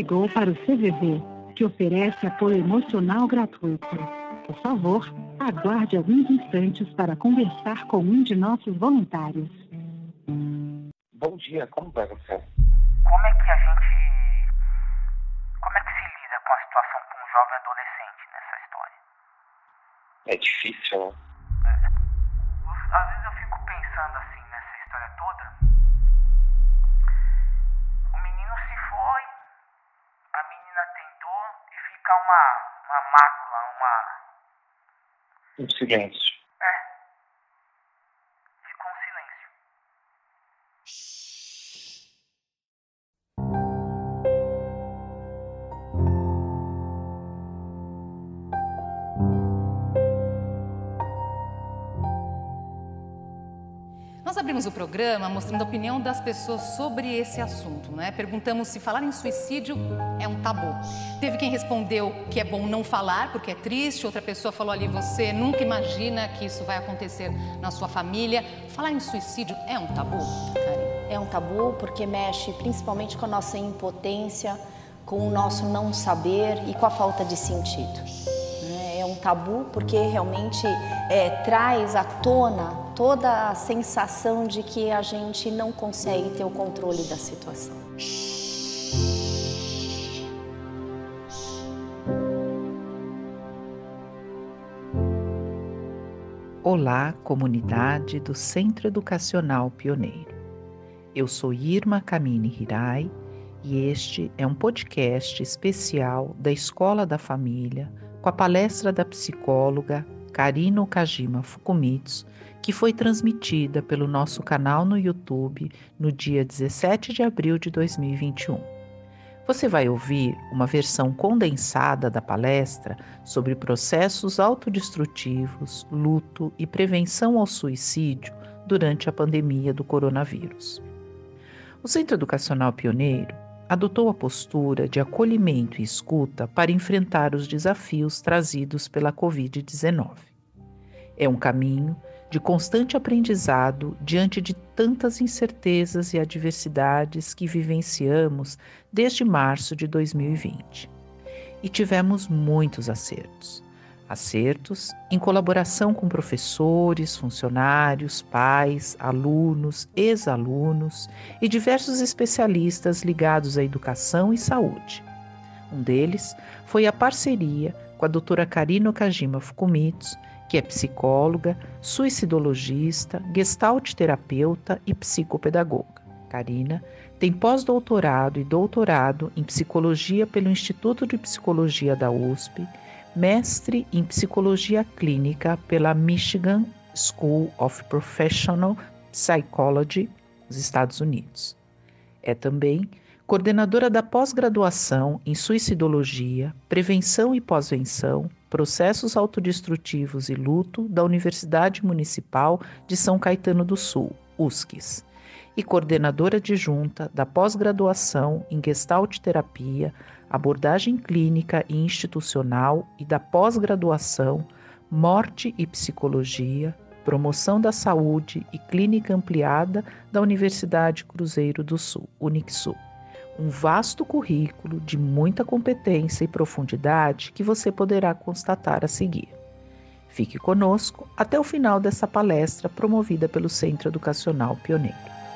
ligou para o CVV, que oferece apoio emocional gratuito. Por favor, aguarde alguns instantes para conversar com um de nossos voluntários. Bom dia, como vai você? Como é que se lida com a situação com um jovem adolescente nessa história? É difícil, né? Às vezes eu fico pensando assim nessa história toda. O menino se foi, a menina tentou e fica uma mácula, Um silêncio. fica um silêncio. Nós abrimos o programa mostrando a opinião das pessoas sobre esse assunto, né? Perguntamos se falar em suicídio é um tabu. Teve quem respondeu que é bom não falar porque é triste, outra pessoa falou ali, você nunca imagina que isso vai acontecer na sua família. Falar em suicídio é um tabu, Karine? É um tabu porque mexe principalmente com a nossa impotência, com o nosso não saber e com a falta de sentido. É um tabu porque realmente traz à tona toda a sensação de que a gente não consegue ter o controle da situação. Olá, comunidade do Centro Educacional Pioneiro. Eu sou Irma Kamini Hirai e este é um podcast especial da Escola da Família com a palestra da psicóloga Karine Okajima Fukumitsu, que foi transmitida pelo nosso canal no YouTube no dia 17 de abril de 2021. Você vai ouvir uma versão condensada da palestra sobre processos autodestrutivos, luto e prevenção ao suicídio durante a pandemia do coronavírus. O Centro Educacional Pioneiro adotou a postura de acolhimento e escuta para enfrentar os desafios trazidos pela Covid-19. É um caminho de constante aprendizado diante de tantas incertezas e adversidades que vivenciamos desde março de 2020. E tivemos muitos acertos. Acertos em colaboração com professores, funcionários, pais, alunos, ex-alunos e diversos especialistas ligados à educação e saúde. Um deles foi a parceria com a doutora Karine Okajima Fukumitsu, que é psicóloga, suicidologista, gestalt terapeuta e psicopedagoga. Karina tem pós-doutorado e doutorado em psicologia pelo Instituto de Psicologia da USP, mestre em psicologia clínica pela Michigan School of Professional Psychology, nos Estados Unidos. É também coordenadora da pós-graduação em suicidologia, prevenção e pós-venção, processos autodestrutivos e luto da Universidade Municipal de São Caetano do Sul, USCS, e coordenadora adjunta da pós-graduação em Gestalt Terapia, abordagem clínica e institucional e da pós-graduação Morte e Psicologia, promoção da saúde e clínica ampliada da Universidade Cruzeiro do Sul, Unixul. Um vasto currículo de muita competência e profundidade que você poderá constatar a seguir. Fique conosco até o final dessa palestra promovida pelo Centro Educacional Pioneiro.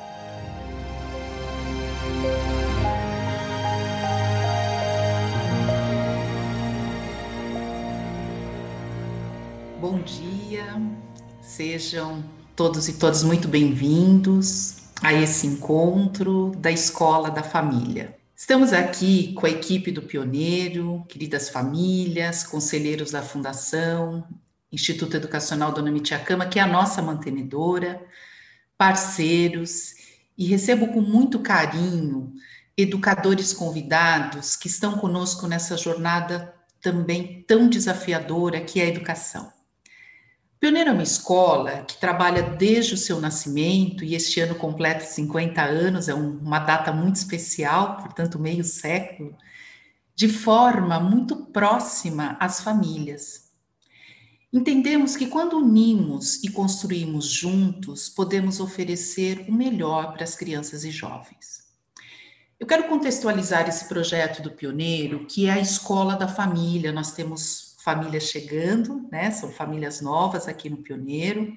Bom dia, sejam todos e todas muito bem-vindos a esse encontro da Escola da Família. Estamos aqui com a equipe do Pioneiro, queridas famílias, conselheiros da Fundação, Instituto Educacional Dona Mitiacama, que é a nossa mantenedora, parceiros, e recebo com muito carinho educadores convidados que estão conosco nessa jornada também tão desafiadora que é a educação. Pioneiro é uma escola que trabalha desde o seu nascimento e este ano completa 50 anos, é uma data muito especial, portanto meio século, de forma muito próxima às famílias. Entendemos que quando unimos e construímos juntos, podemos oferecer o melhor para as crianças e jovens. Eu quero contextualizar esse projeto do Pioneiro, que é a escola da família. Nós temos famílias chegando, né? São famílias novas aqui no Pioneiro.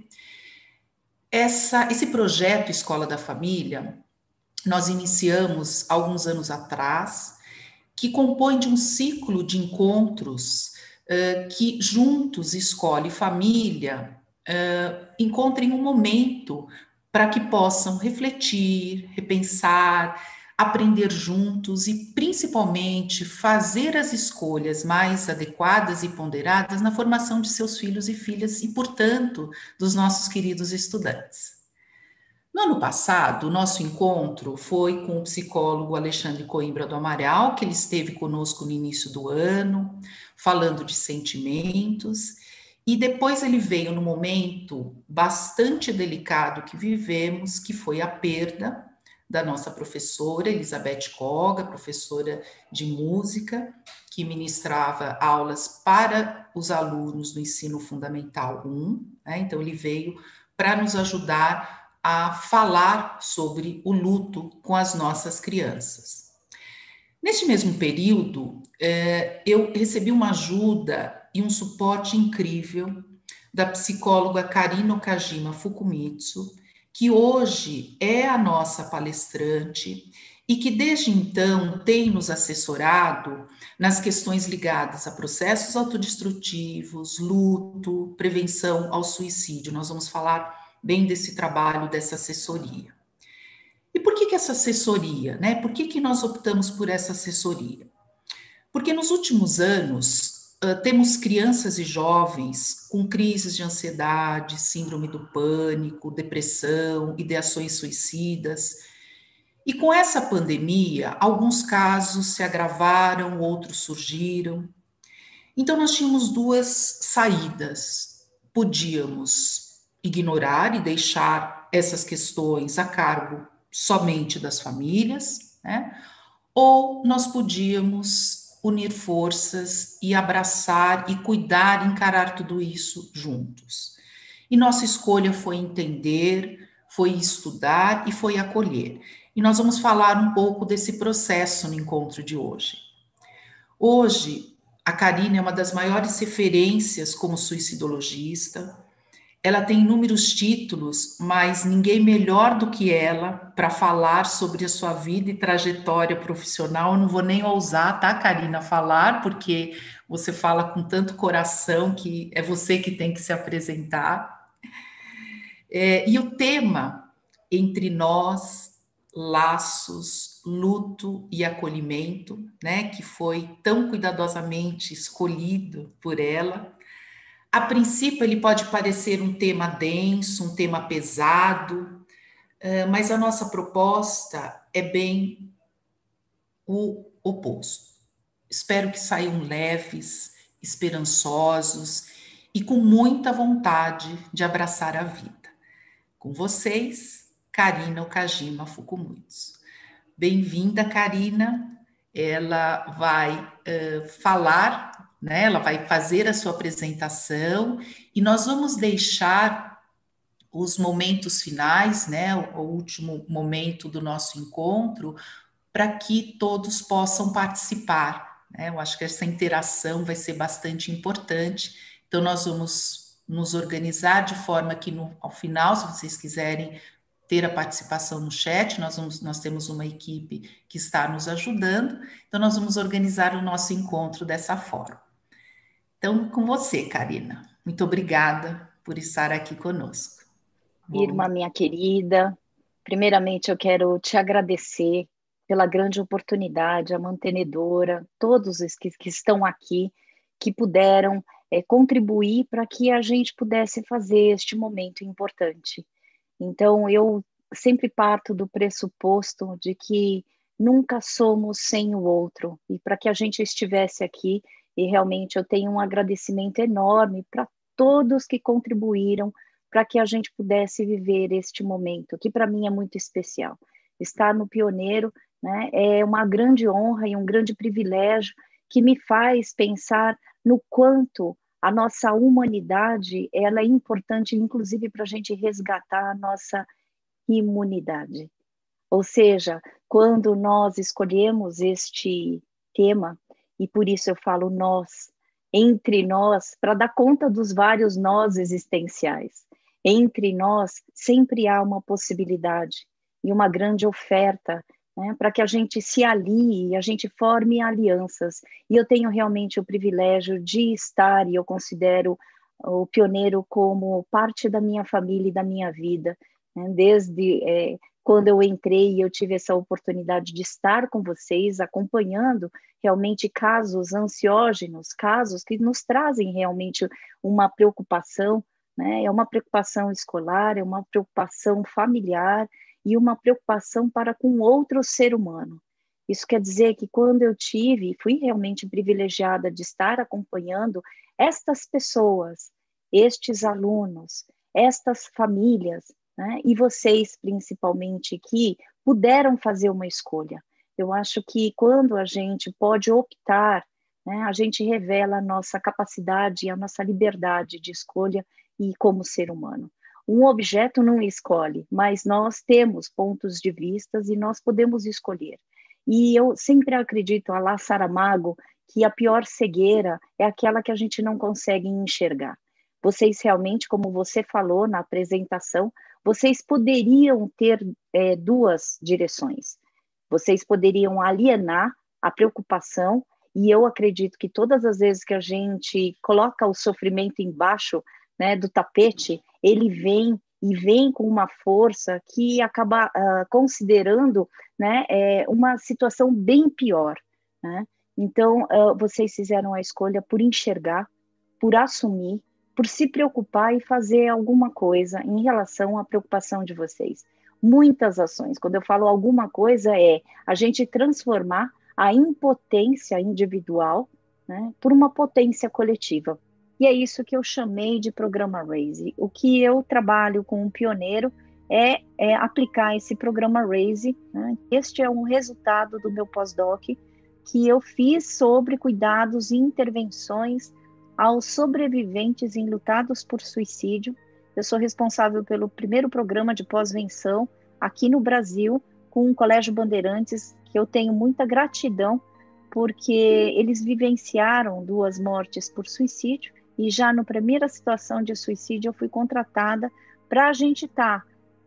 Esse projeto Escola da Família, nós iniciamos alguns anos atrás, que compõe de um ciclo de encontros que juntos, escola e família, encontrem um momento para que possam refletir, repensar, aprender juntos e, principalmente, fazer as escolhas mais adequadas e ponderadas na formação de seus filhos e filhas e, portanto, dos nossos queridos estudantes. No ano passado, o nosso encontro foi com o psicólogo Alexandre Coimbra do Amaral, que ele esteve conosco no início do ano, falando de sentimentos, e depois ele veio no momento bastante delicado que vivemos, que foi a perda da nossa professora Elizabeth Koga, professora de música, que ministrava aulas para os alunos do ensino fundamental 1, né? Então ele veio para nos ajudar a falar sobre o luto com as nossas crianças. Neste mesmo período, eu recebi uma ajuda e um suporte incrível da psicóloga Karina Okajima Fukumitsu, que hoje é a nossa palestrante e que desde então tem nos assessorado nas questões ligadas a processos autodestrutivos, luto, prevenção ao suicídio. Nós vamos falar bem desse trabalho, dessa assessoria. E por que essa assessoria, né? Por que nós optamos por essa assessoria? Porque nos últimos anos temos crianças e jovens com crises de ansiedade, síndrome do pânico, depressão, ideações suicidas. E com essa pandemia, alguns casos se agravaram, outros surgiram. Então nós tínhamos duas saídas. Podíamos ignorar e deixar essas questões a cargo somente das famílias, né? Ou nós podíamos unir forças e abraçar e cuidar, encarar tudo isso juntos. E nossa escolha foi entender, foi estudar e foi acolher. E nós vamos falar um pouco desse processo no encontro de hoje. Hoje, a Karina é uma das maiores referências como suicidologista. Ela tem inúmeros títulos, mas ninguém melhor do que ela para falar sobre a sua vida e trajetória profissional. Eu não vou nem ousar, tá, Karina, falar, porque você fala com tanto coração que é você que tem que se apresentar. E o tema Entre Nós, Laços, Luto e Acolhimento, né, que foi tão cuidadosamente escolhido por ela. A princípio, ele pode parecer um tema denso, um tema pesado, mas a nossa proposta é bem o oposto. Espero que saiam leves, esperançosos e com muita vontade de abraçar a vida. Com vocês, Karina Okajima Fukumitsu. Bem-vinda, Karina. Ela vai falar, né? Ela vai fazer a sua apresentação e nós vamos deixar os momentos finais, né? O último momento do nosso encontro, para que todos possam participar, né? Eu acho que essa interação vai ser bastante importante. Então, nós vamos nos organizar de forma que, ao final, se vocês quiserem ter a participação no chat, nós temos uma equipe que está nos ajudando, então nós vamos organizar o nosso encontro dessa forma. Então, com você, Karina. Muito obrigada por estar aqui conosco. Irma, minha querida, primeiramente eu quero te agradecer pela grande oportunidade, a mantenedora, todos os que estão aqui, que puderam contribuir para que a gente pudesse fazer este momento importante. Então, eu sempre parto do pressuposto de que nunca somos sem o outro. E para que a gente estivesse aqui, e realmente eu tenho um agradecimento enorme para todos que contribuíram para que a gente pudesse viver este momento, que para mim é muito especial. Estar no Pioneiro, né, é uma grande honra e um grande privilégio que me faz pensar no quanto a nossa humanidade ela é importante, inclusive, para a gente resgatar a nossa imunidade. Ou seja, quando nós escolhemos este tema, e por isso eu falo nós, entre nós, para dar conta dos vários nós existenciais. Entre nós sempre há uma possibilidade e uma grande oferta, né, para que a gente se alie, a gente forme alianças. E eu tenho realmente o privilégio de estar, e eu considero o Pioneiro como parte da minha família e da minha vida, né, desde quando eu entrei, eu tive essa oportunidade de estar com vocês, acompanhando realmente casos ansiógenos, casos que nos trazem realmente uma preocupação, né? É uma preocupação escolar, é uma preocupação familiar e uma preocupação para com outro ser humano. Isso quer dizer que quando eu fui realmente privilegiada de estar acompanhando estas pessoas, estes alunos, estas famílias, né? E vocês, principalmente, que puderam fazer uma escolha. Eu acho que quando a gente pode optar, né, a gente revela a nossa capacidade e a nossa liberdade de escolha e como ser humano. Um objeto não escolhe, mas nós temos pontos de vista e nós podemos escolher. E eu sempre acredito, a lá Saramago, que a pior cegueira é aquela que a gente não consegue enxergar. Vocês realmente, como você falou na apresentação, vocês poderiam ter duas direções. Vocês poderiam alienar a preocupação, e eu acredito que todas as vezes que a gente coloca o sofrimento embaixo, né, do tapete, ele vem com uma força que acaba considerando, né, uma situação bem pior, né? Então, vocês fizeram a escolha por enxergar, por assumir, por se preocupar e fazer alguma coisa em relação à preocupação de vocês. Muitas ações. Quando eu falo alguma coisa, é a gente transformar a impotência individual, né, por uma potência coletiva. E é isso que eu chamei de programa RAISE. O que eu trabalho com o Pioneiro é aplicar esse programa RAISE, né? Este é um resultado do meu pós-doc que eu fiz sobre cuidados e intervenções aos sobreviventes enlutados por suicídio. Eu sou responsável pelo primeiro programa de pós-venção aqui no Brasil, com o Colégio Bandeirantes, que eu tenho muita gratidão, porque eles vivenciaram 2 mortes por suicídio, e já na primeira situação de suicídio eu fui contratada para a gente estar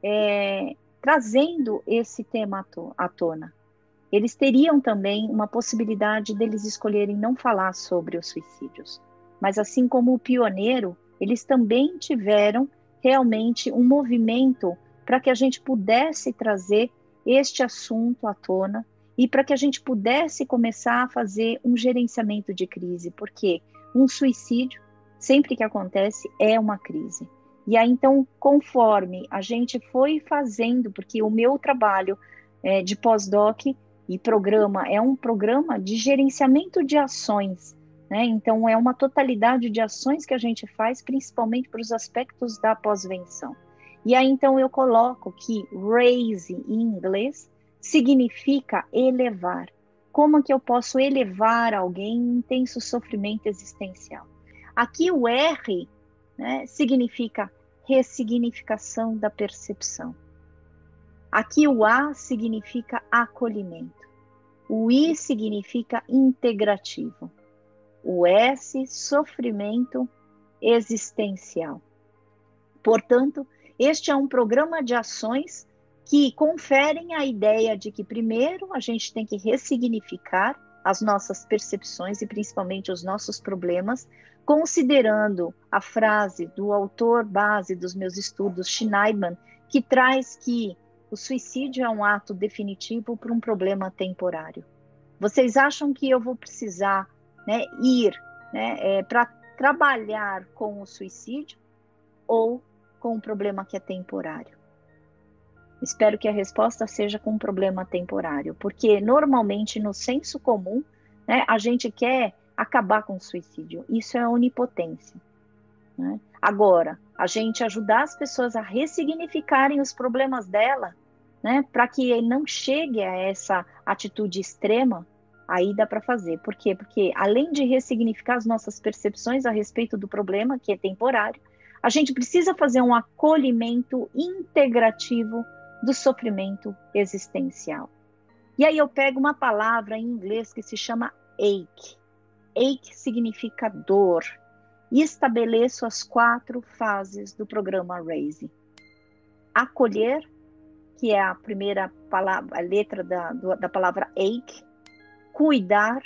trazendo esse tema à tona. Eles teriam também uma possibilidade deles escolherem não falar sobre os suicídios. Mas assim como o Pioneiro, eles também tiveram realmente um movimento para que a gente pudesse trazer este assunto à tona e para que a gente pudesse começar a fazer um gerenciamento de crise, porque um suicídio, sempre que acontece, é uma crise. E aí, então, conforme a gente foi fazendo, porque o meu trabalho de pós-doc e programa é um programa de gerenciamento de ações, né? Então, é uma totalidade de ações que a gente faz, principalmente para os aspectos da pós-venção. E aí, então, eu coloco que raise, em inglês, significa elevar. Como que eu posso elevar alguém em intenso sofrimento existencial? Aqui o R, né, significa ressignificação da percepção. Aqui o A significa acolhimento. O I significa integrativo. O S, sofrimento existencial. Portanto, este é um programa de ações que conferem a ideia de que, primeiro, a gente tem que ressignificar as nossas percepções e principalmente os nossos problemas, considerando a frase do autor base dos meus estudos, Schneidman, que traz que o suicídio é um ato definitivo para um problema temporário. Vocês acham que eu vou precisar, né, ir, né, para trabalhar com o suicídio ou com um problema que é temporário? Espero que a resposta seja com um problema temporário, porque normalmente no senso comum, né, a gente quer acabar com o suicídio. Isso é onipotência, né? Agora, a gente ajudar as pessoas a ressignificarem os problemas dela, né, para que não chegue a essa atitude extrema, aí dá para fazer. Por quê? Porque além de ressignificar as nossas percepções a respeito do problema, que é temporário, a gente precisa fazer um acolhimento integrativo do sofrimento existencial. E aí eu pego uma palavra em inglês que se chama ache. Ache significa dor. E estabeleço as 4 fases do programa RAISE. Acolher, que é a primeira palavra, a letra da palavra ache. Cuidar,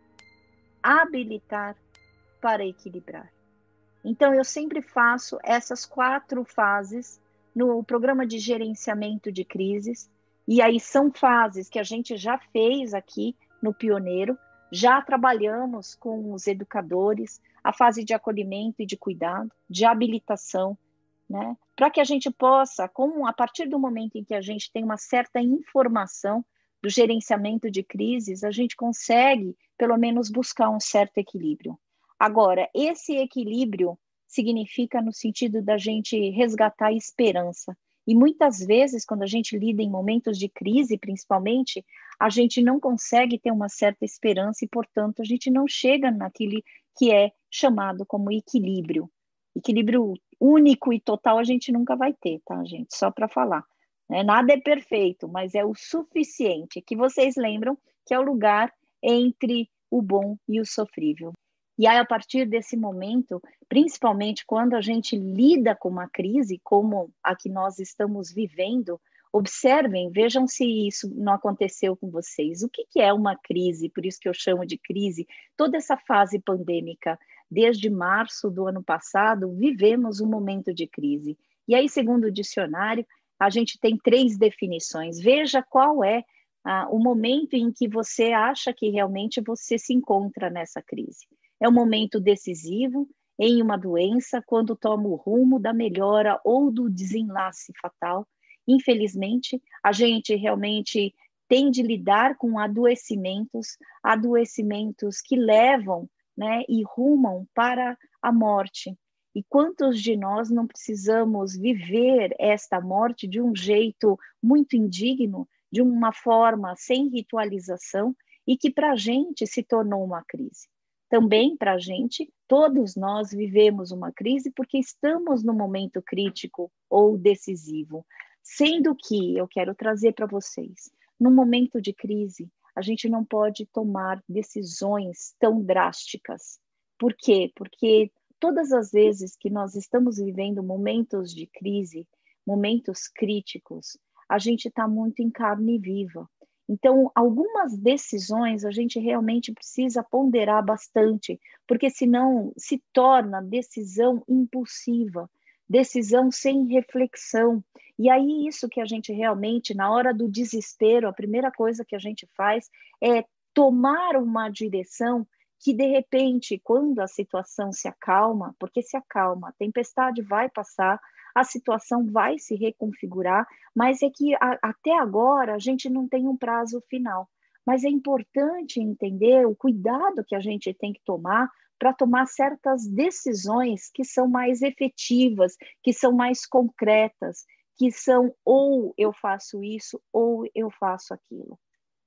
habilitar para equilibrar. Então, eu sempre faço essas 4 fases no programa de gerenciamento de crises, e aí são fases que a gente já fez aqui no Pioneiro, já trabalhamos com os educadores, a fase de acolhimento e de cuidado, de habilitação, né? Para que a gente possa, a partir do momento em que a gente tem uma certa informação do gerenciamento de crises, a gente consegue, pelo menos, buscar um certo equilíbrio. Agora, esse equilíbrio significa no sentido da gente resgatar a esperança. E muitas vezes, quando a gente lida em momentos de crise, principalmente, a gente não consegue ter uma certa esperança e, portanto, a gente não chega naquele que é chamado como equilíbrio. Equilíbrio único e total a gente nunca vai ter, tá, gente? Só para falar. Nada é perfeito, mas é o suficiente, que vocês lembram que é o lugar entre o bom e o sofrível. E aí, a partir desse momento, principalmente quando a gente lida com uma crise, como a que nós estamos vivendo, observem, vejam se isso não aconteceu com vocês. O que é uma crise? Por isso que eu chamo de crise. Toda essa fase pandêmica, desde março do ano passado, vivemos um momento de crise. E aí, segundo o dicionário, a gente tem 3 definições. Veja qual é o momento em que você acha que realmente você se encontra nessa crise. É um momento decisivo em uma doença, quando toma o rumo da melhora ou do desenlace fatal. Infelizmente, a gente realmente tem de lidar com adoecimentos que levam, né, e rumam para a morte. E quantos de nós não precisamos viver esta morte de um jeito muito indigno, de uma forma sem ritualização, e que para a gente se tornou uma crise. Também para a gente, todos nós vivemos uma crise porque estamos no momento crítico ou decisivo. Sendo que, eu quero trazer para vocês, no momento de crise, a gente não pode tomar decisões tão drásticas. Por quê? Porque todas as vezes que nós estamos vivendo momentos de crise, momentos críticos, a gente está muito em carne viva. Então, algumas decisões a gente realmente precisa ponderar bastante, porque senão se torna decisão impulsiva, decisão sem reflexão. E aí isso que a gente realmente, na hora do desespero, a primeira coisa que a gente faz é tomar uma direção que, de repente, quando a situação se acalma, porque se acalma, a tempestade vai passar, a situação vai se reconfigurar, mas é que até agora a gente não tem um prazo final. Mas é importante entender o cuidado que a gente tem que tomar para tomar certas decisões que são mais efetivas, que são mais concretas, que são ou eu faço isso ou eu faço aquilo.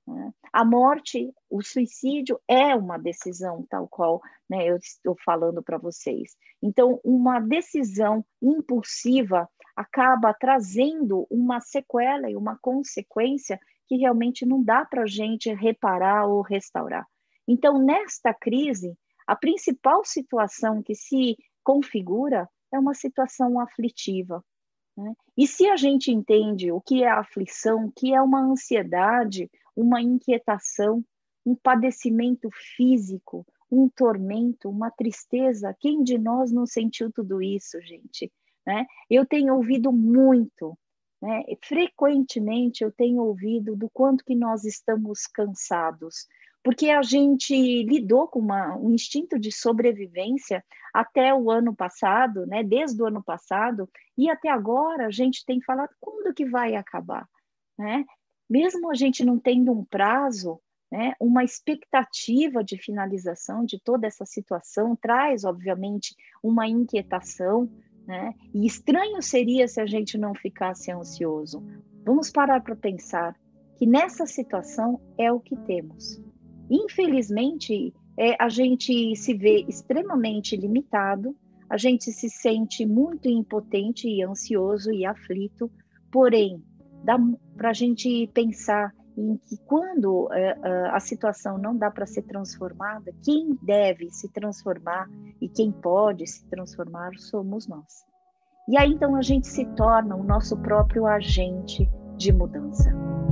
A morte, o suicídio é uma decisão tal qual, né, eu estou falando para vocês. Então, uma decisão impulsiva acaba trazendo uma sequela e uma consequência que realmente não dá para a gente reparar ou restaurar. Então, nesta crise, a principal situação que se configura é uma situação aflitiva. E se a gente entende o que é a aflição, o que é uma ansiedade, uma inquietação, um padecimento físico, um tormento, uma tristeza, quem de nós não sentiu tudo isso, gente? Eu tenho ouvido muito, frequentemente eu tenho ouvido do quanto que nós estamos cansados, porque a gente lidou com um instinto de sobrevivência até o ano passado, desde o ano passado, e até agora a gente tem falado quando que vai acabar, Mesmo a gente não tendo um prazo, uma expectativa de finalização de toda essa situação traz, obviamente, uma inquietação, e estranho seria se a gente não ficasse ansioso. Vamos parar para pensar que nessa situação é o que temos. Infelizmente, a gente se vê extremamente limitado, a gente se sente muito impotente e ansioso e aflito, porém, dá para a gente pensar em que quando a situação não dá para ser transformada, quem deve se transformar e quem pode se transformar somos nós. E aí então a gente se torna o nosso próprio agente de mudança.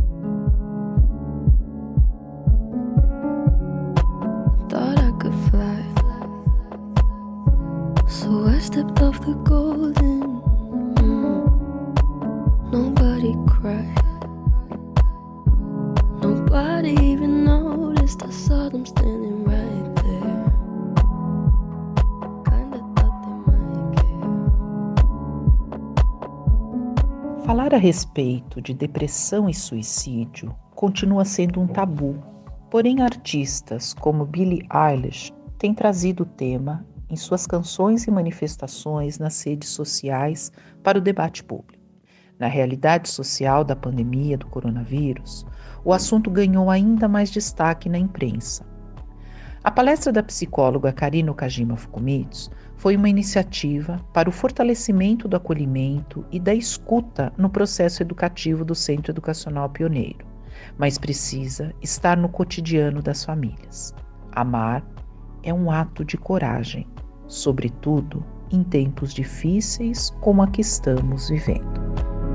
Thought I could fly, so I stepped off the golden. Nobody cried. Nobody even noticed. I saw them standing right there. Kinda thought they might care. Falar a respeito de depressão e suicídio continua sendo um tabu, porém artistas como Billie Eilish têm trazido o tema em suas canções e manifestações nas redes sociais para o debate público. Na realidade social da pandemia do coronavírus, o assunto ganhou ainda mais destaque na imprensa. A palestra da psicóloga Karine Okajima Fukumitsu foi uma iniciativa para o fortalecimento do acolhimento e da escuta no processo educativo do Centro Educacional Pioneiro, mas precisa estar no cotidiano das famílias. Amar é um ato de coragem, sobretudo em tempos difíceis como a que estamos vivendo.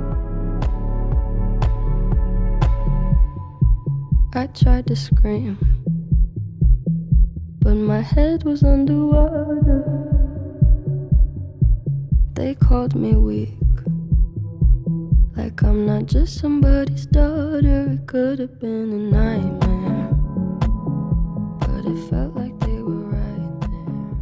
I tried to scream, but my head was underwater. They called me weak, like I'm not just somebody's daughter. It could have been a nightmare, but it felt like they were right there.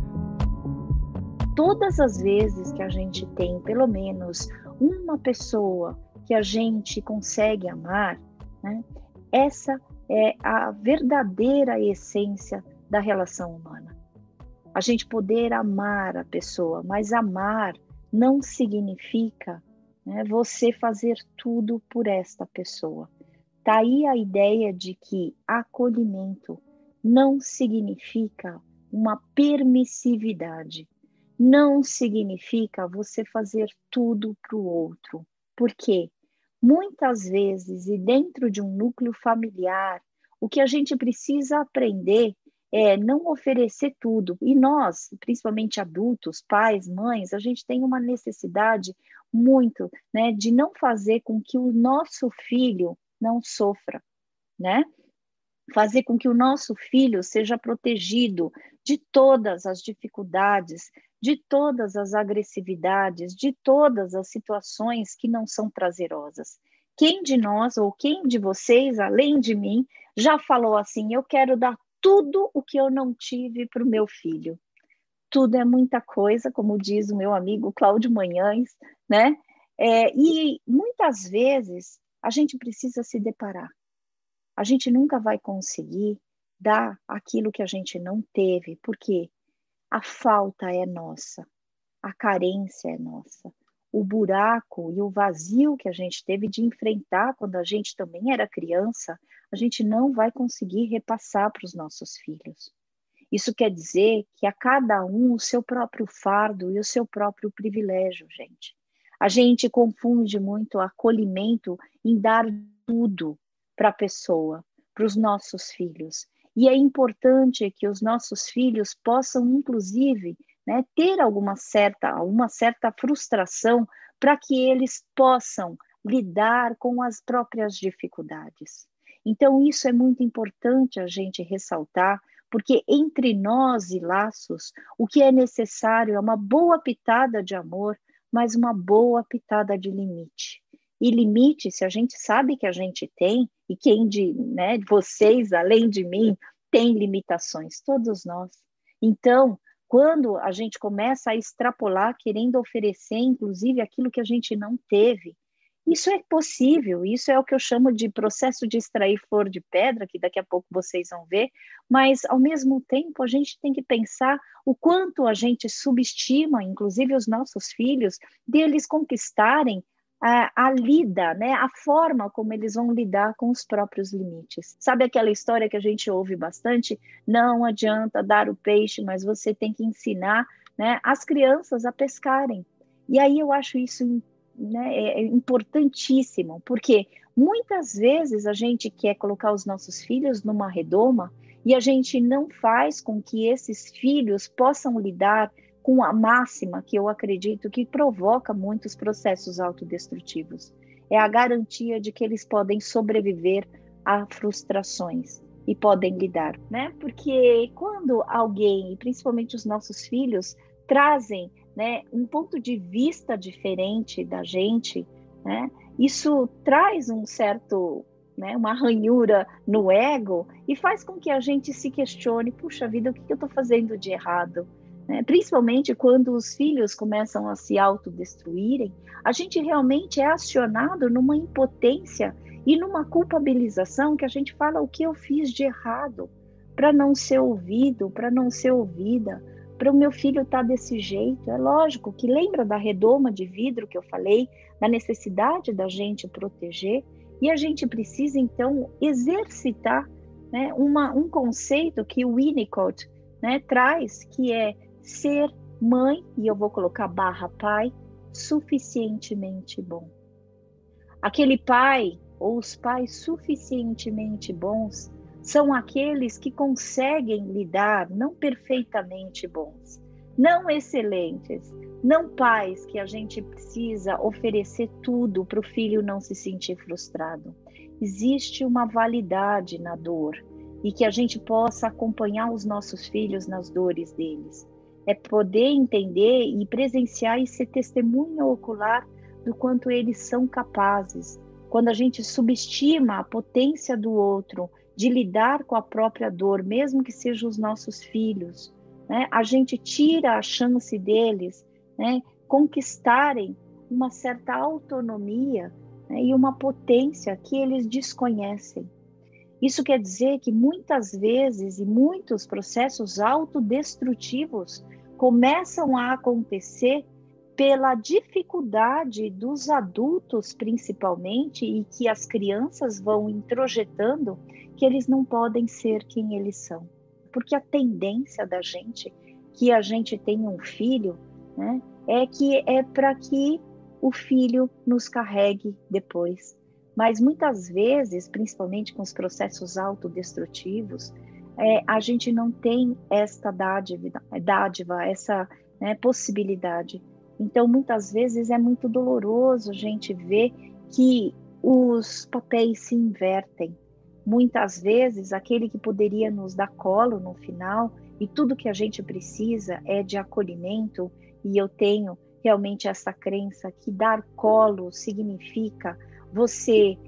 Todas as vezes que a gente tem pelo menos uma pessoa que a gente consegue amar, né, essa é a verdadeira essência da relação humana. A gente poder amar a pessoa, mas amar não significa, né, você fazer tudo por esta pessoa. Tá aí a ideia de que acolhimento não significa uma permissividade, não significa você fazer tudo para o outro. Por quê? Muitas vezes, e dentro de um núcleo familiar, o que a gente precisa aprender é não oferecer tudo. E nós, principalmente adultos, pais, mães, a gente tem uma necessidade muito, né, de não fazer com que o nosso filho não sofra, né? Fazer com que o nosso filho seja protegido de todas as dificuldades, de todas as agressividades, de todas as situações que não são prazerosas. Quem de nós ou quem de vocês, além de mim, já falou assim: eu quero dar tudo o que eu não tive para o meu filho? Tudo é muita coisa, como diz o meu amigo Cláudio Manhães, né? E muitas vezes a gente precisa se deparar. A gente nunca vai conseguir dar aquilo que a gente não teve, porque a falta é nossa, a carência é nossa, o buraco e o vazio que a gente teve de enfrentar quando a gente também era criança, a gente não vai conseguir repassar para os nossos filhos. Isso quer dizer que a cada um o seu próprio fardo e o seu próprio privilégio, gente. A gente confunde muito acolhimento em dar tudo para a pessoa, para os nossos filhos. E é importante que os nossos filhos possam, inclusive, né, ter uma certa frustração para que eles possam lidar com as próprias dificuldades. Então, isso é muito importante a gente ressaltar, porque entre nós e laços, o que é necessário é uma boa pitada de amor, mas uma boa pitada de limite. E limite, se a gente sabe que a gente tem, e quem de vocês, além de mim, tem limitações, todos nós. Então, quando a gente começa a extrapolar, querendo oferecer, inclusive, aquilo que a gente não teve, isso é possível, isso é o que eu chamo de processo de extrair flor de pedra, que daqui a pouco vocês vão ver, mas, ao mesmo tempo, a gente tem que pensar o quanto a gente subestima, inclusive, os nossos filhos, deles conquistarem a lida, né, a forma como eles vão lidar com os próprios limites. Sabe aquela história que a gente ouve bastante? Não adianta dar o peixe, mas você tem que ensinar, né, as crianças a pescarem. E aí eu acho isso, né, importantíssimo, porque Muitas vezes a gente quer colocar os nossos filhos numa redoma e a gente não faz com que esses filhos possam lidar com a máxima que eu acredito que provoca muitos processos autodestrutivos. É a garantia de que eles podem sobreviver a frustrações e podem lidar, né? Porque quando alguém, principalmente os nossos filhos, trazem, né, um ponto de vista diferente da gente, né, isso traz um certo, né, uma ranhura no ego e faz com que a gente se questione, puxa vida, o que eu estou fazendo de errado? Né? Principalmente quando os filhos começam a se autodestruírem, a gente realmente é acionado numa impotência e numa culpabilização que a gente fala o que eu fiz de errado para não ser ouvido, para não ser ouvida, para o meu filho estar desse jeito. É lógico que lembra da redoma de vidro que eu falei, da necessidade da gente proteger, e a gente precisa então exercitar, né, um conceito que o Winnicott, né, traz, que é ser mãe, e eu vou colocar barra pai, suficientemente bom. Aquele pai ou os pais suficientemente bons são aqueles que conseguem lidar, não perfeitamente bons, não excelentes, não pais que a gente precisa oferecer tudo para o filho não se sentir frustrado. Existe uma validade na dor e que a gente possa acompanhar os nossos filhos nas dores deles. É poder entender e presenciar e ser testemunha ocular do quanto eles são capazes. Quando a gente subestima a potência do outro de lidar com a própria dor, mesmo que sejam os nossos filhos, né, a gente tira a chance deles, né, conquistarem uma certa autonomia, né, e uma potência que eles desconhecem. Isso quer dizer que muitas vezes e muitos processos autodestrutivos começam a acontecer pela dificuldade dos adultos, principalmente, e que as crianças vão introjetando que eles não podem ser quem eles são. Porque a tendência da gente, que a gente tenha um filho, né, é para que o filho nos carregue depois. Mas muitas vezes, principalmente com os processos autodestrutivos, a gente não tem esta dádiva, essa, né, possibilidade. Então, muitas vezes é muito doloroso a gente ver que os papéis se invertem. Muitas vezes, aquele que poderia nos dar colo no final, e tudo que a gente precisa é de acolhimento, e eu tenho realmente essa crença que dar colo significa você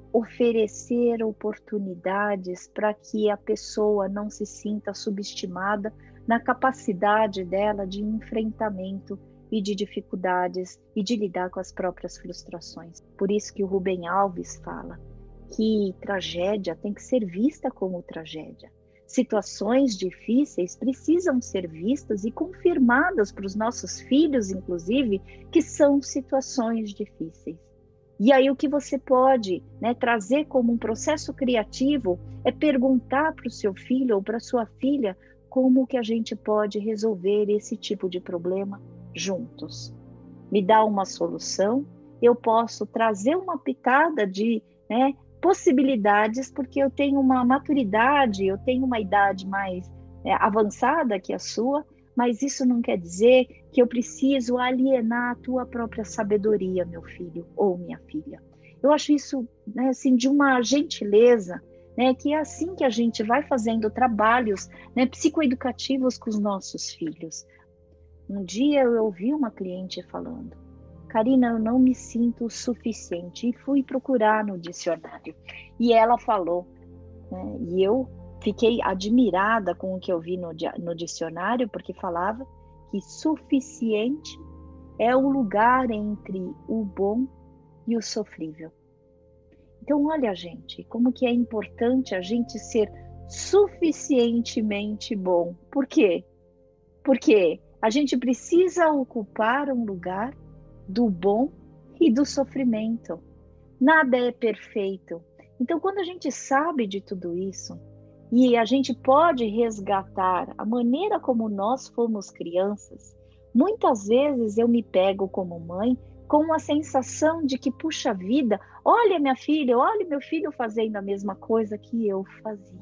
oferecer oportunidades para que a pessoa não se sinta subestimada na capacidade dela de enfrentamento e de dificuldades e de lidar com as próprias frustrações. Por isso que o Rubem Alves fala que tragédia tem que ser vista como tragédia. Situações difíceis precisam ser vistas e confirmadas para os nossos filhos, inclusive, que são situações difíceis. E aí o que você pode, né, trazer como um processo criativo é perguntar para o seu filho ou para a sua filha como que a gente pode resolver esse tipo de problema juntos. Me dá uma solução, eu posso trazer uma pitada de, né, possibilidades, porque eu tenho uma maturidade, eu tenho uma idade mais avançada que a sua, mas isso não quer dizer que eu preciso alienar a tua própria sabedoria, meu filho ou minha filha. Eu acho isso, né, assim, de uma gentileza, né, que é assim que a gente vai fazendo trabalhos, né, psicoeducativos com os nossos filhos. Um dia eu ouvi uma cliente falando: Karina, eu não me sinto o suficiente, e fui procurar no dicionário. E ela falou, né, e eu fiquei admirada com o que eu vi no dicionário, porque falava que suficiente é o lugar entre o bom e o sofrível. Então, olha, gente, como que é importante a gente ser suficientemente bom. Por quê? Porque a gente precisa ocupar um lugar do bom e do sofrimento. Nada é perfeito. Então, quando a gente sabe de tudo isso, e a gente pode resgatar a maneira como nós fomos crianças, muitas vezes eu me pego como mãe com a sensação de que, puxa vida, olha minha filha, olha meu filho fazendo a mesma coisa que eu fazia.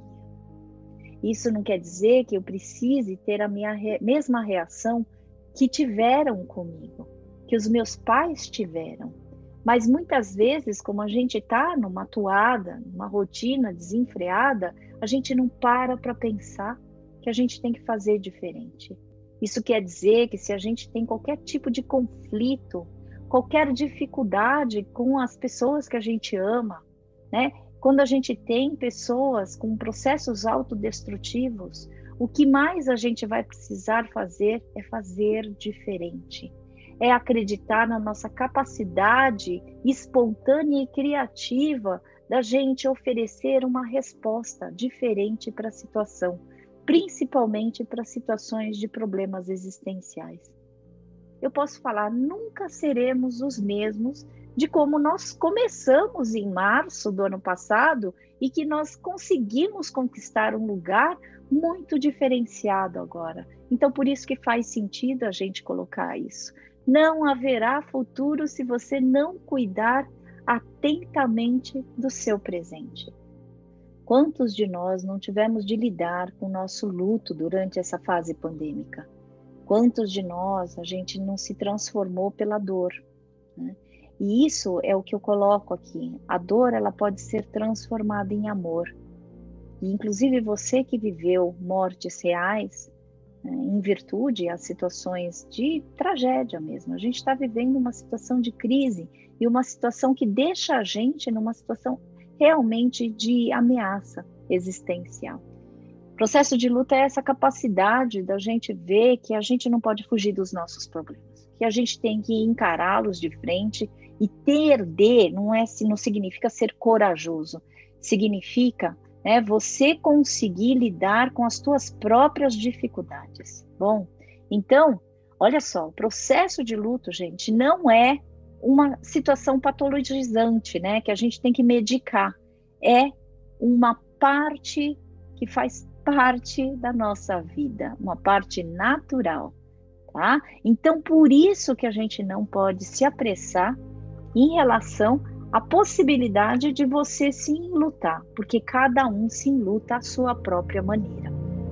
Isso não quer dizer que eu precise ter a minha mesma reação que tiveram comigo, que os meus pais tiveram. Mas muitas vezes, como a gente está numa toada, numa rotina desenfreada, a gente não para pensar que a gente tem que fazer diferente. Isso quer dizer que se a gente tem qualquer tipo de conflito, qualquer dificuldade com as pessoas que a gente ama, né? Quando a gente tem pessoas com processos autodestrutivos, o que mais a gente vai precisar fazer é fazer diferente. É acreditar na nossa capacidade espontânea e criativa da gente oferecer uma resposta diferente para a situação, principalmente para situações de problemas existenciais. Eu posso falar, nunca seremos os mesmos de como nós começamos em março do ano passado e que nós conseguimos conquistar um lugar muito diferenciado agora. Então, por isso que faz sentido a gente colocar isso. Não haverá futuro se você não cuidar atentamente do seu presente. Quantos de nós não tivemos de lidar com o nosso luto durante essa fase pandêmica? Quantos de nós a gente não se transformou pela dor, né? E isso é o que eu coloco aqui. A dor, ela pode ser transformada em amor. E, inclusive, você que viveu mortes reais, né, em virtude a situações de tragédia mesmo. A gente está vivendo uma situação de crise e uma situação que deixa a gente numa situação realmente de ameaça existencial. O processo de luta é essa capacidade da gente ver que a gente não pode fugir dos nossos problemas, que a gente tem que encará-los de frente e não significa ser corajoso, significa você conseguir lidar com as tuas próprias dificuldades. Bom, então, olha só, o processo de luto, gente, não é uma situação patologizante, né, que a gente tem que medicar. É uma parte que faz parte da nossa vida, uma parte natural, tá? Então, por isso que a gente não pode se apressar em relação à possibilidade de você se enlutar, porque cada um se enluta à sua própria maneira.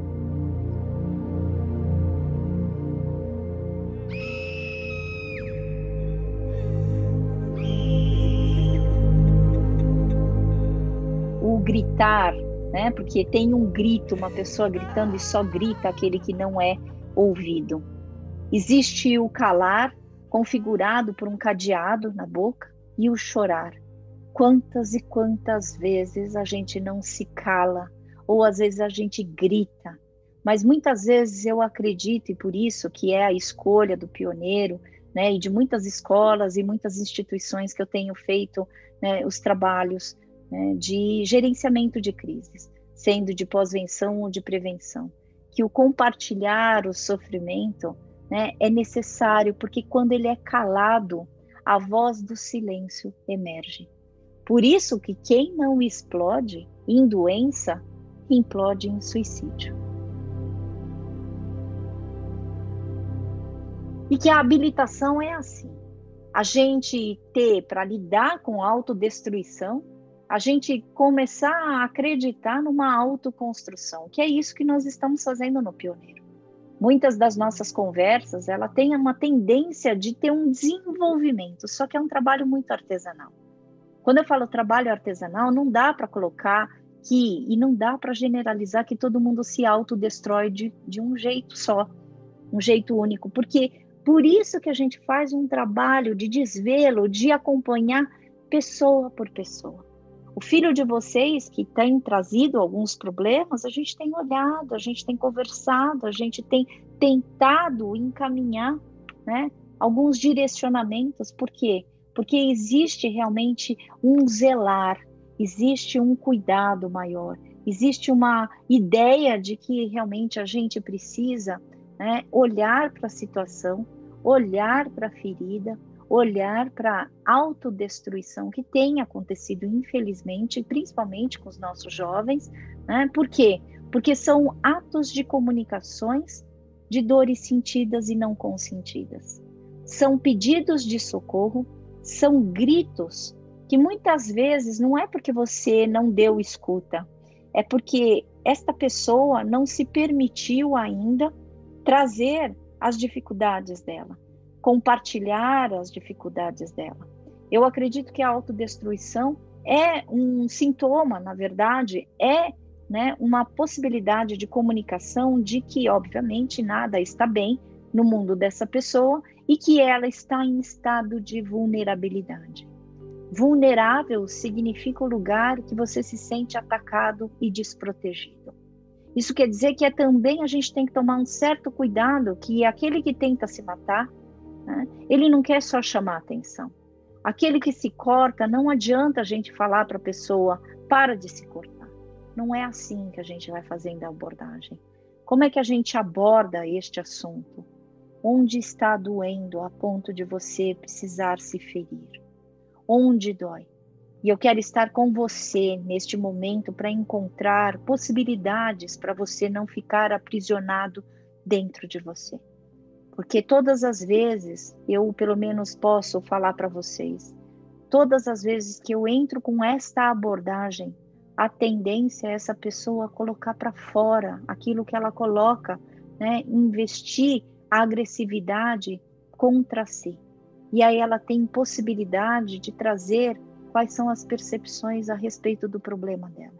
O gritar, né? Porque tem um grito, uma pessoa gritando e só grita aquele que não é ouvido. Existe o calar, configurado por um cadeado na boca, e o chorar. Quantas e quantas vezes a gente não se cala, ou às vezes a gente grita, mas muitas vezes eu acredito, e por isso que é a escolha do pioneiro, né, e de muitas escolas e muitas instituições que eu tenho feito, né, os trabalhos, né, de gerenciamento de crises, sendo de pós-venção ou de prevenção, que o compartilhar o sofrimento, né, é necessário, porque quando ele é calado, a voz do silêncio emerge. Por isso que quem não explode em doença, implode em suicídio. E que a habilitação é assim. A gente ter para lidar com a autodestruição, a gente começar a acreditar numa autoconstrução, que é isso que nós estamos fazendo no Pioneiro. Muitas das nossas conversas, ela tem uma tendência de ter um desenvolvimento, só que é um trabalho muito artesanal. Quando eu falo trabalho artesanal, não dá para colocar e não dá para generalizar que todo mundo se autodestrói de um jeito só, um jeito único, porque por isso que a gente faz um trabalho de desvelo, de acompanhar pessoa por pessoa. O filho de vocês que tem trazido alguns problemas, a gente tem olhado, a gente tem conversado, a gente tem tentado encaminhar, né, alguns direcionamentos. Por quê? Porque existe realmente um zelar, existe um cuidado maior, existe uma ideia de que realmente a gente precisa, né, olhar para a situação, olhar para a ferida, olhar para a autodestruição que tem acontecido, infelizmente, principalmente com os nossos jovens, né? Por quê? Porque são atos de comunicações de dores sentidas e não consentidas. são pedidos de socorro, são gritos que muitas vezes não é porque você não deu escuta, é porque esta pessoa não se permitiu ainda trazer as dificuldades dela, compartilhar as dificuldades dela. Eu acredito que a autodestruição é um sintoma, na verdade, né, uma possibilidade de comunicação de que, obviamente, nada está bem no mundo dessa pessoa e que ela está em estado de vulnerabilidade. Vulnerável significa o lugar que você se sente atacado e desprotegido. Isso quer dizer que também a gente tem que tomar um certo cuidado, que aquele que tenta se matar, né, ele não quer só chamar atenção. Aquele que se corta, não adianta a gente falar para a pessoa, para de se cortar. Não é assim que a gente vai fazendo a abordagem. Como é que a gente aborda este assunto? Onde está doendo a ponto de você precisar se ferir? Onde dói? E eu quero estar com você neste momento para encontrar possibilidades para você não ficar aprisionado dentro de você. Porque todas as vezes, eu pelo menos posso falar para vocês, todas as vezes que eu entro com esta abordagem, a tendência é essa pessoa colocar para fora aquilo que ela coloca, né, investir a agressividade contra si. E aí ela tem possibilidade de trazer quais são as percepções a respeito do problema dela.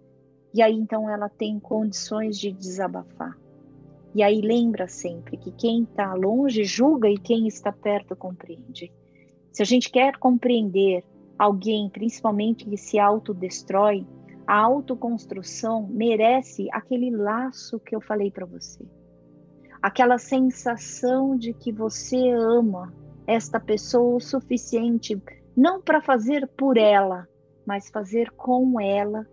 E aí então ela tem condições de desabafar. E aí lembra sempre que quem está longe julga e quem está perto compreende. Se a gente quer compreender alguém, principalmente que se autodestrói, a autoconstrução merece aquele laço que eu falei para você. Aquela sensação de que você ama esta pessoa o suficiente, não para fazer por ela, mas fazer com ela,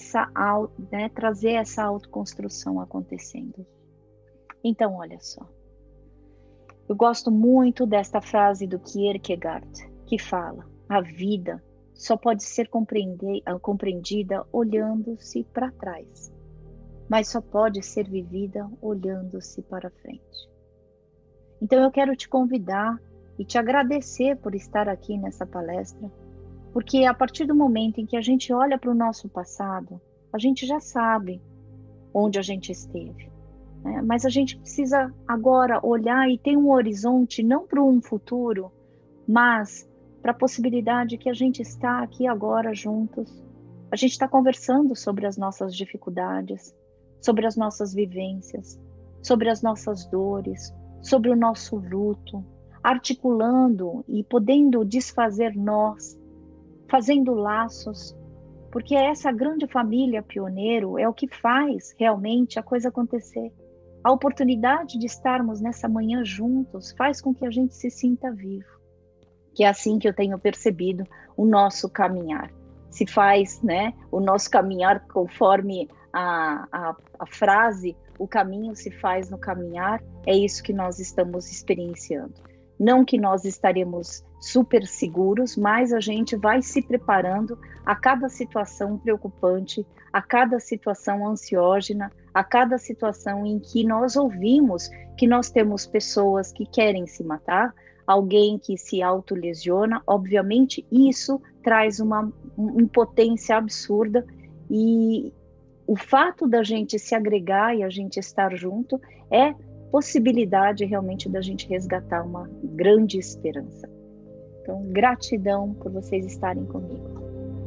né, trazer essa autoconstrução acontecendo. Então, olha só. Eu gosto muito desta frase do Kierkegaard, que fala: a vida só pode ser compreendida olhando-se para trás, mas só pode ser vivida olhando-se para frente. Então eu quero te convidar e te agradecer por estar aqui nessa palestra, porque a partir do momento em que a gente olha para o nosso passado, a gente já sabe onde a gente esteve, né? Mas a gente precisa agora olhar e ter um horizonte, não para um futuro, mas para a possibilidade que a gente está aqui agora juntos. A gente está conversando sobre as nossas dificuldades, sobre as nossas vivências, sobre as nossas dores, sobre o nosso luto, articulando e podendo desfazer nós, fazendo laços, porque essa grande família pioneiro é o que faz realmente a coisa acontecer. A oportunidade de estarmos nessa manhã juntos faz com que a gente se sinta vivo, que é assim que eu tenho percebido o nosso caminhar. Se faz, né, o nosso caminhar conforme a frase, o caminho se faz no caminhar, é isso que nós estamos experienciando. Não que nós estaremos super seguros, mas a gente vai se preparando a cada situação preocupante, a cada situação ansiógena, a cada situação em que nós ouvimos que nós temos pessoas que querem se matar, alguém que se autolesiona. Obviamente isso traz uma impotência absurda, e o fato da gente se agregar e a gente estar junto é possibilidade realmente da gente resgatar uma grande esperança. Então, gratidão por vocês estarem comigo.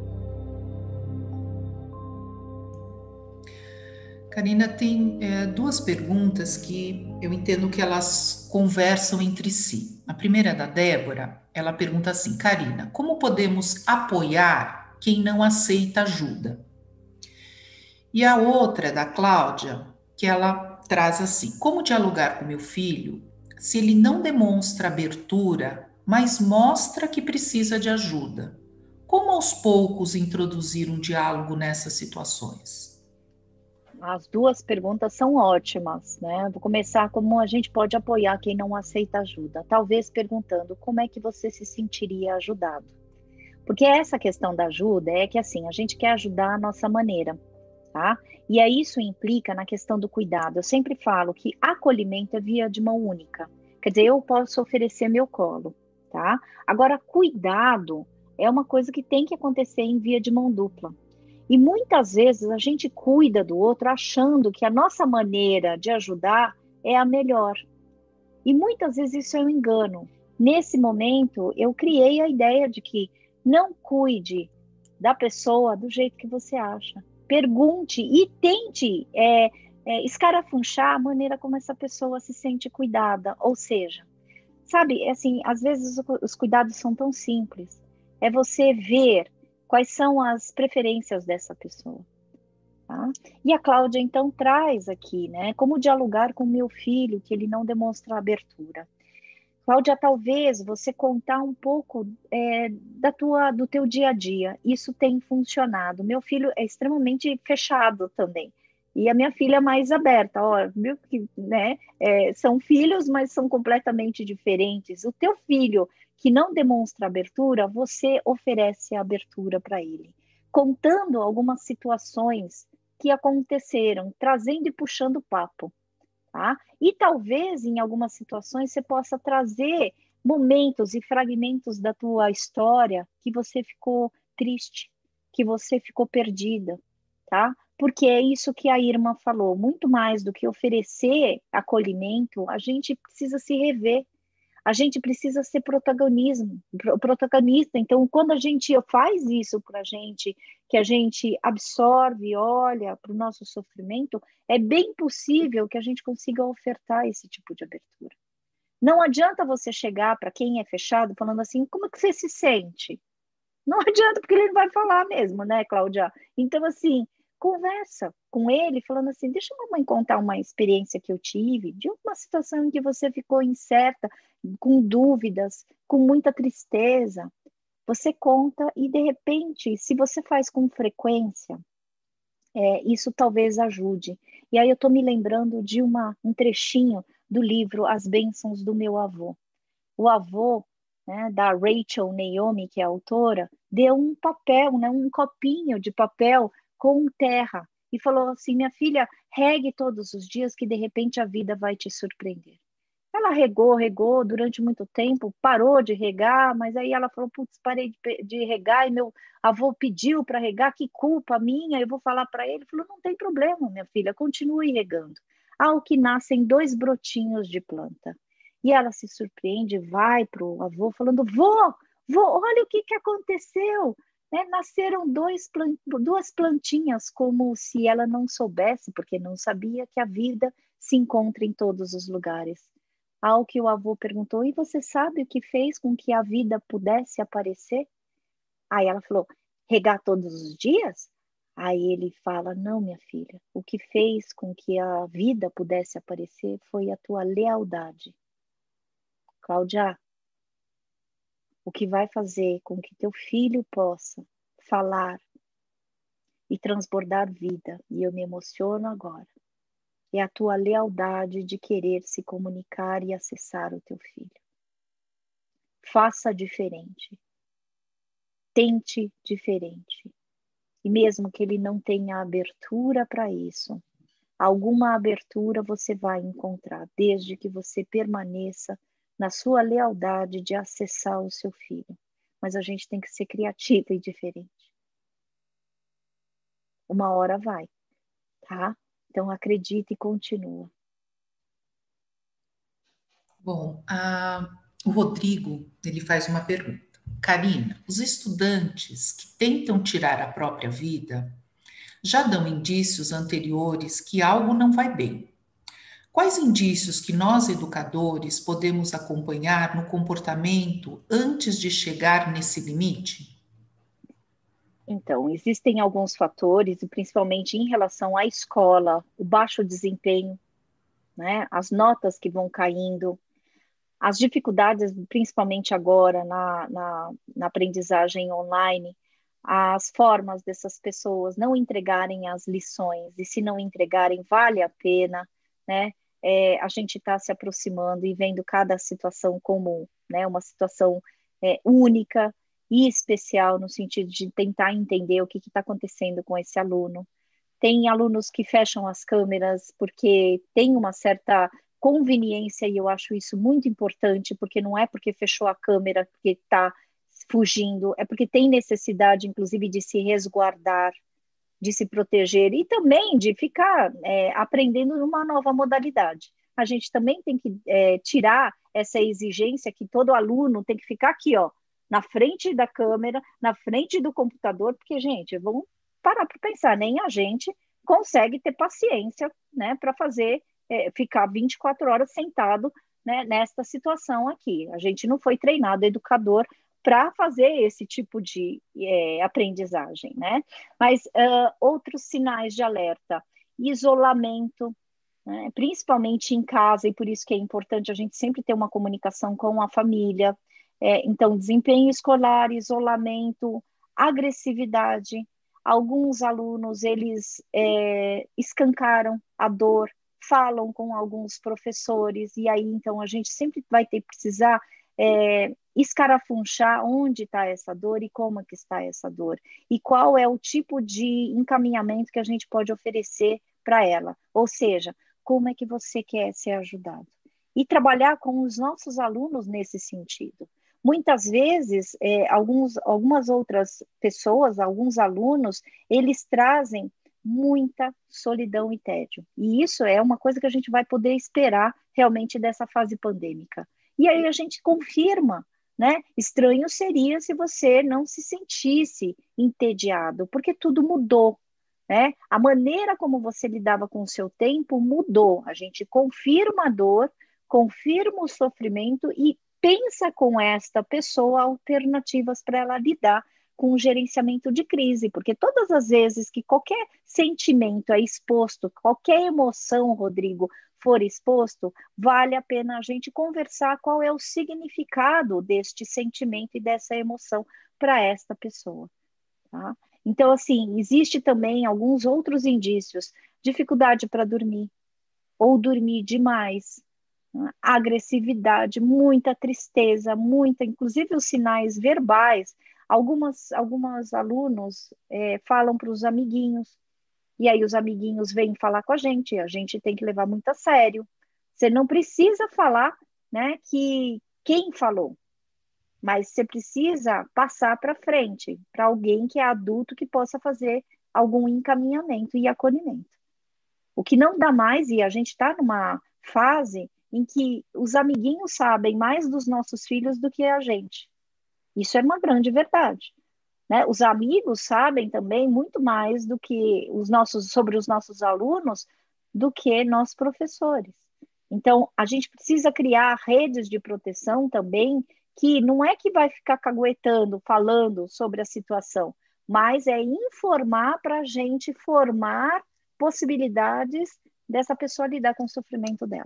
Karina, tem duas perguntas que eu entendo que elas conversam entre si. A primeira é da Débora. Ela pergunta assim: Karina, como podemos apoiar quem não aceita ajuda? E a outra é da Cláudia, que ela traz assim: como dialogar com meu filho se ele não demonstra abertura, mas mostra que precisa de ajuda? Como aos poucos introduzir um diálogo nessas situações? As duas perguntas são ótimas, né? Vou começar como a gente pode apoiar quem não aceita ajuda. Talvez perguntando como é que você se sentiria ajudado. Porque essa questão da ajuda é que assim, a gente quer ajudar a nossa maneira, tá? E aí isso implica na questão do cuidado. Eu sempre falo que acolhimento é via de mão única. Quer dizer, eu posso oferecer meu colo, tá? Agora, cuidado é uma coisa que tem que acontecer em via de mão dupla. E muitas vezes a gente cuida do outro achando que a nossa maneira de ajudar é a melhor. E muitas vezes isso é um engano. Nesse momento, eu criei a ideia de que não cuide da pessoa do jeito que você acha. Pergunte e tente escarafunchar a maneira como essa pessoa se sente cuidada. Ou seja, sabe, assim, às vezes os cuidados são tão simples. É você ver quais são as preferências dessa pessoa. Tá? E a Cláudia, então, traz aqui, né, como dialogar com meu filho, que ele não demonstra abertura. Cláudia, talvez você contar um pouco do teu dia a dia. Isso tem funcionado. Meu filho é extremamente fechado também. E a minha filha é mais aberta. Ó, viu que, né, são filhos, mas são completamente diferentes. O teu filho que não demonstra abertura, você oferece abertura para ele, contando algumas situações que aconteceram, trazendo e puxando o papo. Tá? E talvez em algumas situações você possa trazer momentos e fragmentos da tua história que você ficou triste, que você ficou perdida, tá? Porque é isso que a Irma falou, muito mais do que oferecer acolhimento, a gente precisa se rever. A gente precisa ser protagonista. Então, quando a gente faz isso para a gente, que a gente absorve, olha para o nosso sofrimento, é bem possível que a gente consiga ofertar esse tipo de abertura. Não adianta você chegar para quem é fechado falando assim, como é que você se sente? Não adianta, porque ele não vai falar mesmo, né, Cláudia? Então, assim, conversa com ele, falando assim, deixa a mamãe contar uma experiência que eu tive, de uma situação em que você ficou incerta, com dúvidas, com muita tristeza. Você conta e, de repente, se você faz com frequência, isso talvez ajude. E aí eu estou me lembrando de um trechinho do livro As Bênçãos do Meu Avô. O avô, né, da Rachel Naomi, que é a autora, deu um papel, né, um copinho de papel com terra e falou assim, minha filha, regue todos os dias que de repente a vida vai te surpreender. Ela regou durante muito tempo, parou de regar, mas aí ela falou, putz, parei de regar e meu avô pediu para regar, que culpa minha, eu vou falar para ele. Ele falou, não tem problema, minha filha, continue regando. Ao que nascem 2 brotinhos de planta. E ela se surpreende, vai para o avô falando, vô, olha o que aconteceu. Né? Nasceram 2 plantinhas, como se ela não soubesse, porque não sabia que a vida se encontra em todos os lugares. Ao que o avô perguntou, e você sabe o que fez com que a vida pudesse aparecer? Aí ela falou, regar todos os dias? Aí ele fala, não, minha filha, o que fez com que a vida pudesse aparecer foi a tua lealdade. Cláudia, o que vai fazer com que teu filho possa falar e transbordar vida, e eu me emociono agora, é a tua lealdade de querer se comunicar e acessar o teu filho. Faça diferente. Tente diferente. E mesmo que ele não tenha abertura para isso, alguma abertura você vai encontrar, desde que você permaneça na sua lealdade de acessar o seu filho. Mas a gente tem que ser criativa e diferente. Uma hora vai, tá? Então, acredita e continua. Bom, o Rodrigo, ele faz uma pergunta. Karina, os estudantes que tentam tirar a própria vida já dão indícios anteriores que algo não vai bem. Quais indícios que nós, educadores, podemos acompanhar no comportamento antes de chegar nesse limite? Então, existem alguns fatores, e principalmente em relação à escola, o baixo desempenho, né? As notas que vão caindo, as dificuldades, principalmente agora na aprendizagem online, as formas dessas pessoas não entregarem as lições, e se não entregarem, vale a pena, né? A gente está se aproximando e vendo cada situação como, né, uma situação única e especial, no sentido de tentar entender o que está acontecendo com esse aluno. Tem alunos que fecham as câmeras porque tem uma certa conveniência, e eu acho isso muito importante, porque não é porque fechou a câmera que está fugindo, é porque tem necessidade, inclusive, de se resguardar, de se proteger e também de ficar aprendendo uma nova modalidade. A gente também tem que tirar essa exigência que todo aluno tem que ficar aqui, ó, na frente da câmera, na frente do computador, porque, gente, vamos parar para pensar, nem a gente consegue ter paciência, né, para fazer, ficar 24 horas sentado, né, nesta situação aqui. A gente não foi treinado educador para fazer esse tipo de aprendizagem, né? Mas outros sinais de alerta, isolamento, né? Principalmente em casa, e por isso que é importante a gente sempre ter uma comunicação com a família. Então, desempenho escolar, isolamento, agressividade. Alguns alunos, eles escancaram a dor, falam com alguns professores, e aí, então, a gente sempre vai ter que precisar escarafunchar onde está essa dor e como que está essa dor, e qual é o tipo de encaminhamento que a gente pode oferecer para ela, ou seja, como é que você quer ser ajudado. E trabalhar com os nossos alunos nesse sentido. Muitas vezes, algumas outras pessoas, alguns alunos, eles trazem muita solidão e tédio. E isso é uma coisa que a gente vai poder esperar realmente dessa fase pandêmica. E aí a gente confirma, né? Estranho seria se você não se sentisse entediado, porque tudo mudou, né? A maneira como você lidava com o seu tempo mudou. A gente confirma a dor, confirma o sofrimento e pensa com esta pessoa alternativas para ela lidar com o gerenciamento de crise, porque todas as vezes que qualquer sentimento é exposto, qualquer emoção, Rodrigo, for exposto, vale a pena a gente conversar qual é o significado deste sentimento e dessa emoção para esta pessoa, tá? Então, assim, existe também alguns outros indícios, dificuldade para dormir, ou dormir demais, né? Agressividade, muita tristeza, inclusive os sinais verbais. Algumas alunos falam para os amiguinhos, e aí os amiguinhos vêm falar com a gente tem que levar muito a sério. Você não precisa falar, né, que quem falou, mas você precisa passar para frente, para alguém que é adulto que possa fazer algum encaminhamento e acolhimento. O que não dá mais, e a gente está numa fase em que os amiguinhos sabem mais dos nossos filhos do que a gente. Isso é uma grande verdade, né? Os amigos sabem também muito mais do que sobre os nossos alunos do que nós professores. Então, a gente precisa criar redes de proteção também, que não é que vai ficar caguetando, falando sobre a situação, mas é informar para a gente formar possibilidades dessa pessoa lidar com o sofrimento dela.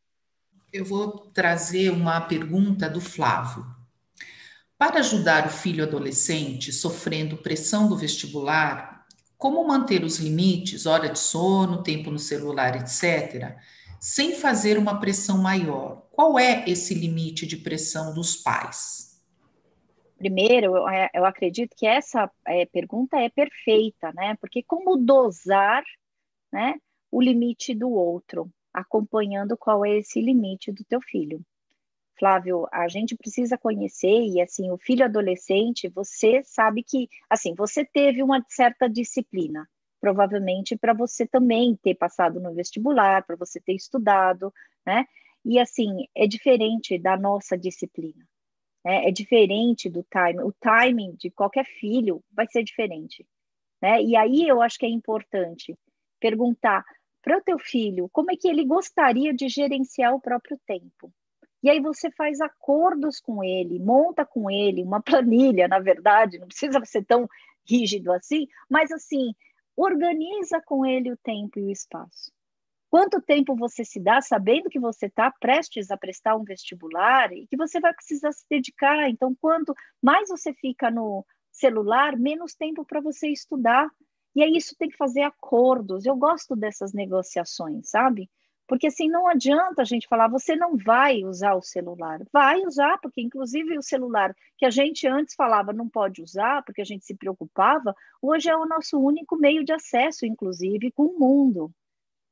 Eu vou trazer uma pergunta do Flávio. Para ajudar o filho adolescente sofrendo pressão do vestibular, como manter os limites, hora de sono, tempo no celular, etc., sem fazer uma pressão maior? Qual é esse limite de pressão dos pais? Primeiro, eu acredito que essa pergunta é perfeita, né? Porque como dosar, né, o limite do outro, acompanhando qual é esse limite do teu filho. Flávio, a gente precisa conhecer, e assim, o filho adolescente, você sabe que, assim, você teve uma certa disciplina, provavelmente para você também ter passado no vestibular, para você ter estudado, né? E assim, é diferente da nossa disciplina, né? É diferente do timing, o timing de qualquer filho vai ser diferente, né? E aí eu acho que é importante perguntar para o teu filho como é que ele gostaria de gerenciar o próprio tempo. E aí você faz acordos com ele, monta com ele uma planilha, na verdade, não precisa ser tão rígido assim, mas assim, organiza com ele o tempo e o espaço. Quanto tempo você se dá sabendo que você está prestes a prestar um vestibular e que você vai precisar se dedicar? Então, quanto mais você fica no celular, menos tempo para você estudar. E aí isso tem que fazer acordos. Eu gosto dessas negociações, sabe? Porque assim, não adianta a gente falar, você não vai usar o celular. Vai usar, porque inclusive o celular que a gente antes falava não pode usar, porque a gente se preocupava, hoje é o nosso único meio de acesso, inclusive, com o mundo.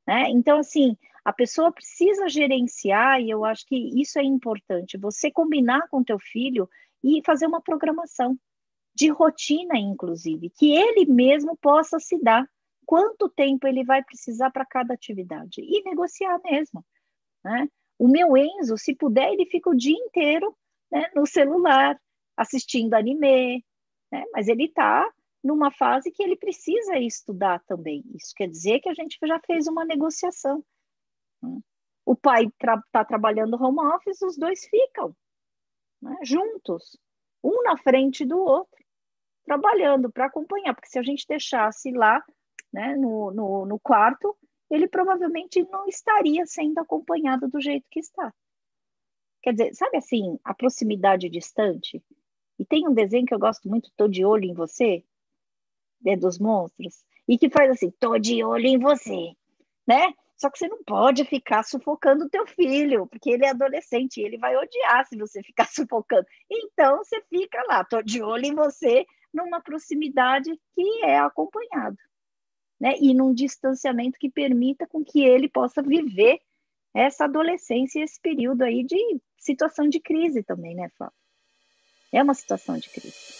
né? Então, assim, a pessoa precisa gerenciar, e eu acho que isso é importante, você combinar com o teu filho e fazer uma programação de rotina, inclusive, que ele mesmo possa se dar quanto tempo ele vai precisar para cada atividade e negociar mesmo, né? O meu Enzo, se puder, ele fica o dia inteiro, né, no celular, assistindo anime, né? Mas ele está numa fase que ele precisa estudar também. Isso quer dizer que a gente já fez uma negociação, né? O pai está trabalhando home office, os dois ficam, né, juntos, um na frente do outro, trabalhando para acompanhar, porque se a gente deixasse lá, né, no quarto, ele provavelmente não estaria sendo acompanhado do jeito que está. Quer dizer, sabe assim, a proximidade distante? E tem um desenho que eu gosto muito, Tô de Olho em Você, dos monstros, e que faz assim, tô de olho em você, né? Só que você não pode ficar sufocando o teu filho, porque ele é adolescente e ele vai odiar se você ficar sufocando. Então, você fica lá, tô de olho em você, numa proximidade que é acompanhado, né? E num distanciamento que permita com que ele possa viver essa adolescência e esse período aí de situação de crise também, né, Fábio? É uma situação de crise.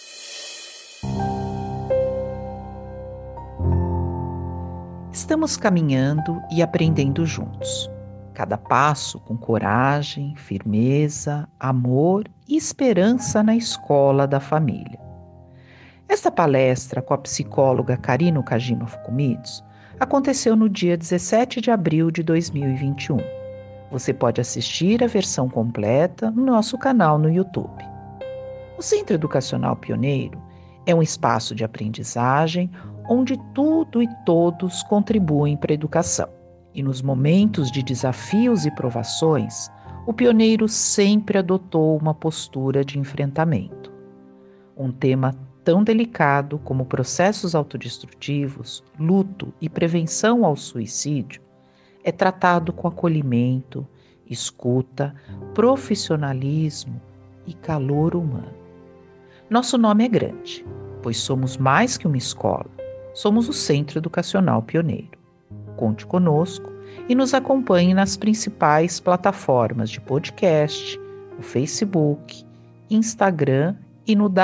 Estamos caminhando e aprendendo juntos. Cada passo com coragem, firmeza, amor e esperança na escola da família. Esta palestra com a psicóloga Karina Kajima Fukumitsu aconteceu no dia 17 de abril de 2021. Você pode assistir a versão completa no nosso canal no YouTube. O Centro Educacional Pioneiro é um espaço de aprendizagem onde tudo e todos contribuem para a educação. E nos momentos de desafios e provações, o Pioneiro sempre adotou uma postura de enfrentamento. Um tema tão delicado como processos autodestrutivos, luto e prevenção ao suicídio é tratado com acolhimento, escuta, profissionalismo e calor humano. Nosso nome é grande, pois somos mais que uma escola. Somos o Centro Educacional Pioneiro. Conte conosco e nos acompanhe nas principais plataformas de podcast, no Facebook, Instagram e no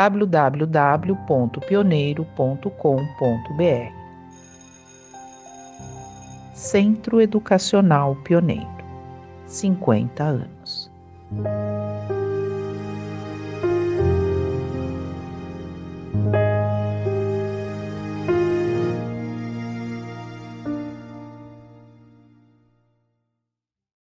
www.pioneiro.com.br. Centro Educacional Pioneiro. 50 anos.